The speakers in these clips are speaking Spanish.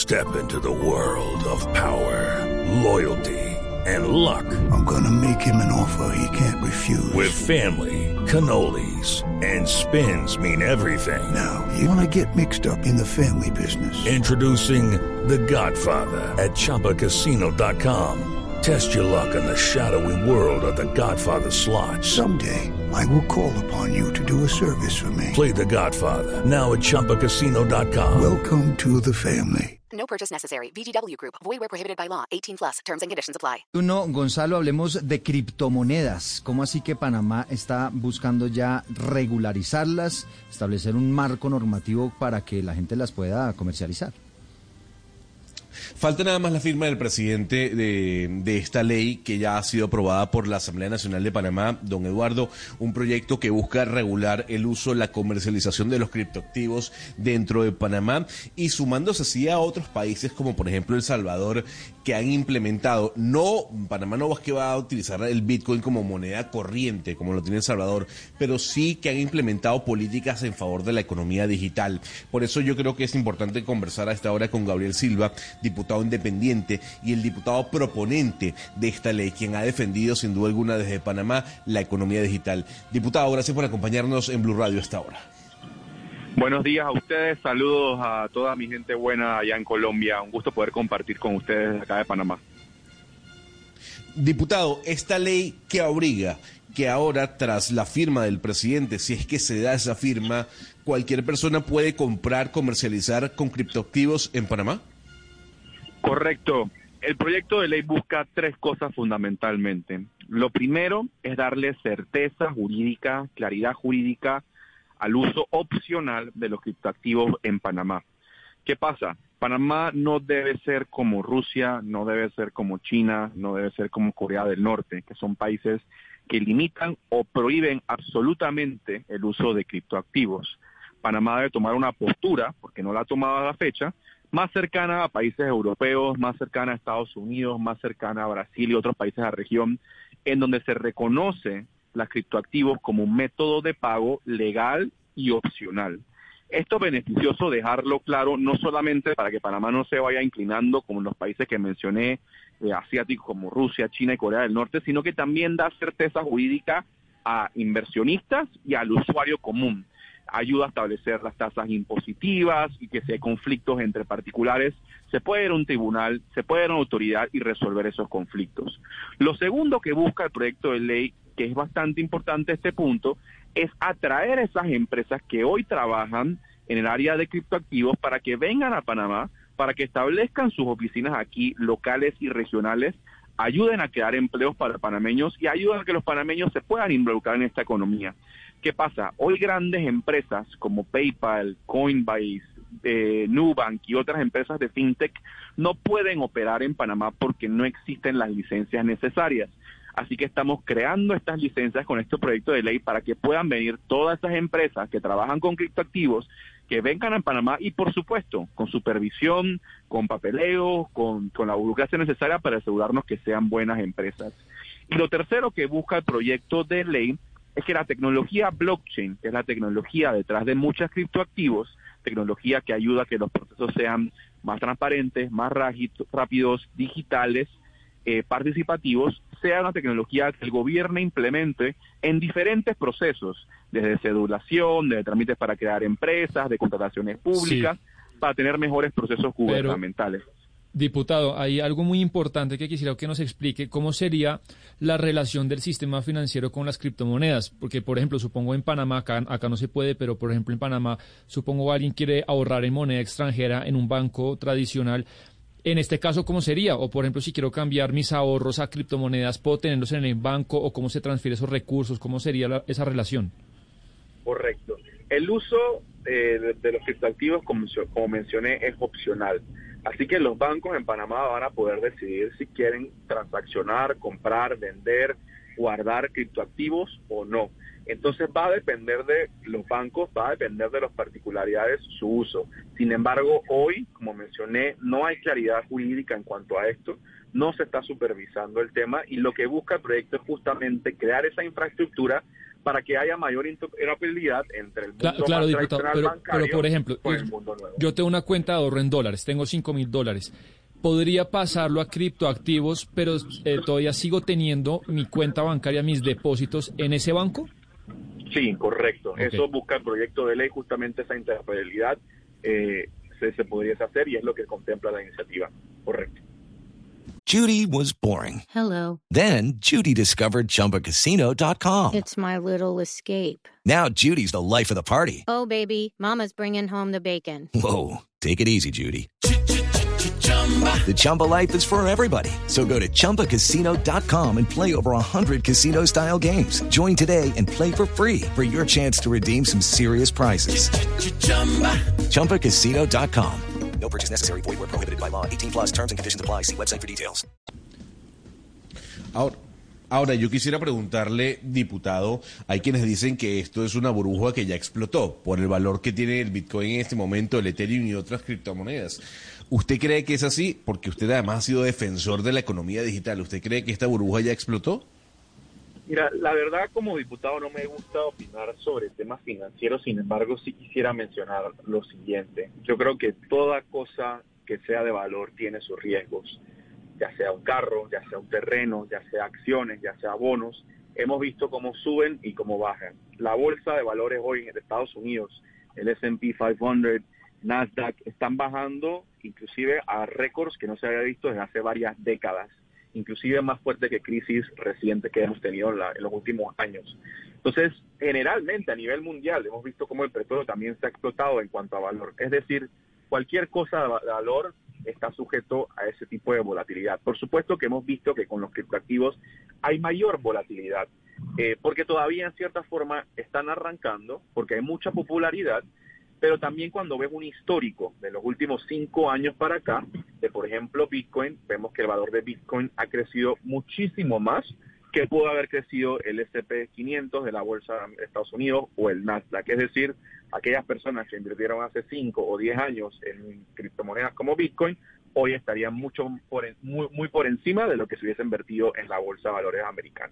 Step into the world of power, loyalty, and luck. I'm gonna make him an offer he can't refuse. With family, cannolis, and spins mean everything. Now, you wanna get mixed up in the family business. Introducing The Godfather at ChumbaCasino.com. Test your luck in the shadowy world of The Godfather slot. Someday, I will call upon you to do a service for me. Play The Godfather now at ChumbaCasino.com. Welcome to the family. No purchase necessary. VGW Group. Void where prohibited by law. 18+. Terms and conditions apply. Gonzalo, hablemos de criptomonedas. ¿Cómo así que Panamá está buscando ya regularizarlas, establecer un marco normativo para que la gente las pueda comercializar? Falta nada más la firma del presidente de esta ley que ya ha sido aprobada por la Asamblea Nacional de Panamá, don Eduardo, un proyecto que busca regular el uso, la comercialización de los criptoactivos dentro de Panamá y sumándose así a otros países como por ejemplo El Salvador, que han implementado, Panamá no es que va a utilizar el Bitcoin como moneda corriente como lo tiene El Salvador, pero sí que han implementado políticas en favor de la economía digital. Por eso yo creo que es importante conversar a esta hora con Gabriel Silva, diputado independiente y el diputado proponente de esta ley, quien ha defendido sin duda alguna desde Panamá la economía digital. Diputado, gracias por acompañarnos en Blue Radio a esta hora. Buenos días a ustedes, saludos a toda mi gente buena allá en Colombia, un gusto poder compartir con ustedes acá de Panamá. Diputado, esta ley que obliga que ahora tras la firma del presidente, si es que se da esa firma, cualquier persona puede comprar, comercializar con criptoactivos en Panamá. Correcto. El proyecto de ley busca tres cosas fundamentalmente. Lo primero es darle certeza jurídica, claridad jurídica al uso opcional de los criptoactivos en Panamá. ¿Qué pasa? Panamá no debe ser como Rusia, no debe ser como China, no debe ser como Corea del Norte, que son países que limitan o prohíben absolutamente el uso de criptoactivos. Panamá debe tomar una postura, porque no la ha tomado a la fecha, más cercana a países europeos, más cercana a Estados Unidos, más cercana a Brasil y otros países de la región, en donde se reconoce los criptoactivos como un método de pago legal y opcional. Esto es beneficioso dejarlo claro, no solamente para que Panamá no se vaya inclinando como en los países que mencioné, asiáticos como Rusia, China y Corea del Norte, sino que también da certeza jurídica a inversionistas y al usuario común. Ayuda a establecer las tasas impositivas y que si hay conflictos entre particulares, se puede ir a un tribunal, se puede ir a una autoridad y resolver esos conflictos. Lo segundo que busca el proyecto de ley, que es bastante importante este punto, es atraer a esas empresas que hoy trabajan en el área de criptoactivos para que vengan a Panamá, para que establezcan sus oficinas aquí locales y regionales, ayuden a crear empleos para panameños y ayuden a que los panameños se puedan involucrar en esta economía. ¿Qué pasa? Hoy grandes empresas como PayPal, Coinbase, Nubank y otras empresas de fintech no pueden operar en Panamá porque no existen las licencias necesarias. Así que estamos creando estas licencias con este proyecto de ley para que puedan venir todas esas empresas que trabajan con criptoactivos, que vengan a Panamá y, por supuesto, con supervisión, con papeleo, con la burocracia necesaria para asegurarnos que sean buenas empresas. Y lo tercero que busca el proyecto de ley es que la tecnología blockchain, que es la tecnología detrás de muchos criptoactivos, tecnología que ayuda a que los procesos sean más transparentes, más rápidos, digitales, participativos, sea una tecnología que el gobierno implemente en diferentes procesos, desde cedulación, de trámites para crear empresas, de contrataciones públicas, sí, para tener mejores procesos gubernamentales. Diputado, hay algo muy importante que quisiera que nos explique, cómo sería la relación del sistema financiero con las criptomonedas, porque por ejemplo, supongo en Panamá, acá no se puede, pero por ejemplo en Panamá, supongo alguien quiere ahorrar en moneda extranjera en un banco tradicional. En este caso, ¿cómo sería? O, por ejemplo, si quiero cambiar mis ahorros a criptomonedas, ¿puedo tenerlos en el banco? ¿O cómo se transfieren esos recursos? ¿Cómo sería esa relación? Correcto. El uso de los criptoactivos, como mencioné, es opcional. Así que los bancos en Panamá van a poder decidir si quieren transaccionar, comprar, vender, guardar criptoactivos o no. Entonces va a depender de los bancos, va a depender de las particularidades su uso. Sin embargo, hoy, como mencioné, no hay claridad jurídica en cuanto a esto, no se está supervisando el tema y lo que busca el proyecto es justamente crear esa infraestructura para que haya mayor interoperabilidad entre el mundo Claro, más diputado, tradicional bancario pero por ejemplo, con el mundo nuevo. yo tengo una cuenta de ahorro en dólares, tengo $5,000. ¿Podría pasarlo a criptoactivos, pero todavía sigo teniendo mi cuenta bancaria, mis depósitos en ese banco? Sí, correcto. Okay. Eso busca el proyecto de ley, justamente esa interoperabilidad se podría hacer y es lo que contempla la iniciativa. Correcto. Judy was boring. Hello. Then Judy discovered ChumbaCasino.com. It's my little escape. Now Judy's the life of the party. Oh, baby, mama's bringing home the bacon. Whoa, take it easy, Judy. The Chumba life is for everybody. So go to ChumbaCasino.com and play over 100 casino-style games. Join today and play for free for your chance to redeem some serious prizes. ChumbaCasino.com. No purchase necessary. Void where prohibited by law. 18+ terms and conditions apply. See website for details. Ahora, yo quisiera preguntarle, diputado, hay quienes dicen que esto es una burbuja que ya explotó por el valor que tiene el Bitcoin en este momento, el Ethereum y otras criptomonedas. ¿Usted cree que es así? Porque usted además ha sido defensor de la economía digital. ¿Usted cree que esta burbuja ya explotó? Mira, la verdad, como diputado no me gusta opinar sobre temas financieros, sin embargo, sí quisiera mencionar lo siguiente. Yo creo que toda cosa que sea de valor tiene sus riesgos, ya sea un carro, ya sea un terreno, ya sea acciones, ya sea bonos. Hemos visto cómo suben y cómo bajan. La bolsa de valores hoy en Estados Unidos, el S&P 500, Nasdaq, están bajando inclusive a récords que no se había visto desde hace varias décadas, inclusive más fuerte que crisis reciente que hemos tenido en los últimos años. Entonces, generalmente a nivel mundial hemos visto cómo el petróleo también se ha explotado en cuanto a valor. Es decir, cualquier cosa de valor está sujeto a ese tipo de volatilidad. Por supuesto que hemos visto que con los criptoactivos hay mayor volatilidad, porque todavía en cierta forma están arrancando, porque hay mucha popularidad, pero también cuando ves un histórico de los últimos 5 años para acá, de por ejemplo Bitcoin, vemos que el valor de Bitcoin ha crecido muchísimo más que pudo haber crecido el S&P 500 de la bolsa de Estados Unidos o el Nasdaq. Es decir, aquellas personas que invirtieron hace 5 o 10 años en criptomonedas como Bitcoin, hoy estarían muy por encima de lo que se hubiese invertido en la bolsa de valores americana.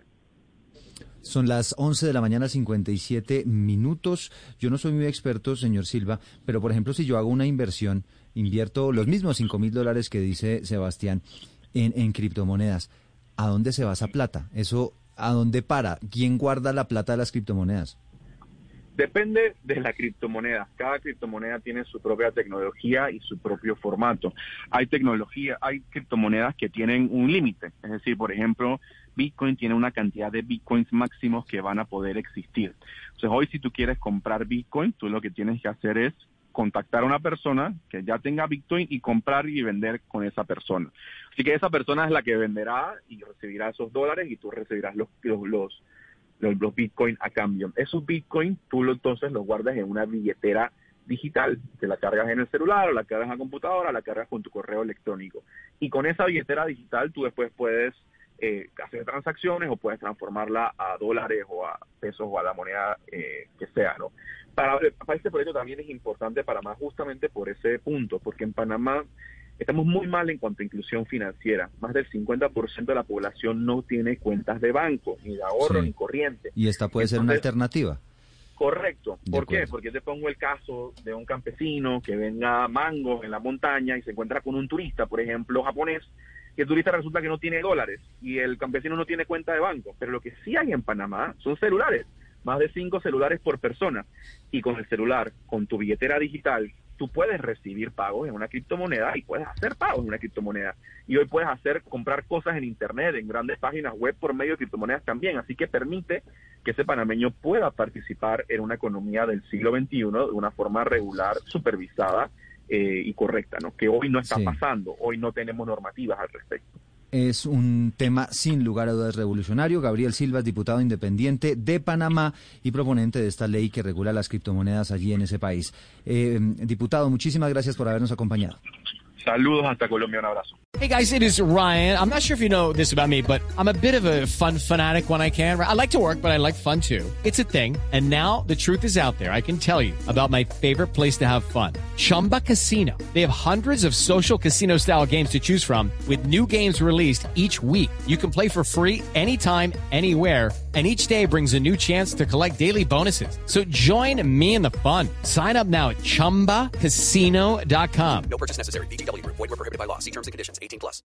Son las 11 de la mañana, 57 minutos. Yo no soy muy experto, señor Silva, pero por ejemplo, si yo hago una inversión, invierto los mismos $5,000 que dice Sebastián en criptomonedas, ¿a dónde se va esa plata? ¿Eso a dónde para? ¿Quién guarda la plata de las criptomonedas? Depende de la criptomoneda. Cada criptomoneda tiene su propia tecnología y su propio formato. Hay criptomonedas que tienen un límite. Es decir, por ejemplo, Bitcoin tiene una cantidad de Bitcoins máximos que van a poder existir. Entonces, hoy si tú quieres comprar Bitcoin, tú lo que tienes que hacer es contactar a una persona que ya tenga Bitcoin y comprar y vender con esa persona. Así que esa persona es la que venderá y recibirá esos dólares y tú recibirás los Bitcoin a cambio. Esos Bitcoin tú entonces los guardas en una billetera digital, te la cargas en el celular o la cargas en la computadora, la cargas con tu correo electrónico. Y con esa billetera digital tú después puedes hacer transacciones o puedes transformarla a dólares o a pesos o a la moneda que sea, ¿no? Para este proyecto también es importante Panamá justamente por ese punto, porque en Panamá estamos muy mal en cuanto a inclusión financiera. Más del 50% de la población no tiene cuentas de banco, ni de ahorro, ni corriente. Y esta puede ser una alternativa. Correcto. ¿Por qué? Porque te pongo el caso de un campesino que venga a mangos en la montaña y se encuentra con un turista, por ejemplo, japonés, y el turista resulta que no tiene dólares y el campesino no tiene cuenta de banco. Pero lo que sí hay en Panamá son celulares, más de 5 celulares por persona. Y con el celular, con tu billetera digital, tú puedes recibir pagos en una criptomoneda y puedes hacer pagos en una criptomoneda. Y hoy puedes comprar cosas en internet, en grandes páginas web por medio de criptomonedas también. Así que permite que ese panameño pueda participar en una economía del siglo XXI de una forma regular, supervisada y correcta, ¿no? Que hoy no está pasando, hoy no tenemos normativas al respecto. Es un tema sin lugar a dudas revolucionario. Gabriel Silva es diputado independiente de Panamá y proponente de esta ley que regula las criptomonedas allí en ese país. Diputado, muchísimas gracias por habernos acompañado. Saludos hasta Colombia, un abrazo. Hey guys, it is Ryan. I'm not sure if you know this about me, but I'm a bit of a fun fanatic when I can. I like to work, but I like fun too. It's a thing. And now the truth is out there. I can tell you about my favorite place to have fun. Chumba Casino. They have hundreds of social casino style games to choose from with new games released each week. You can play for free anytime, anywhere. And each day brings a new chance to collect daily bonuses. So join me in the fun. Sign up now at ChumbaCasino.com. No purchase necessary. VGW Group. Void where prohibited by law. See terms and conditions. 18+.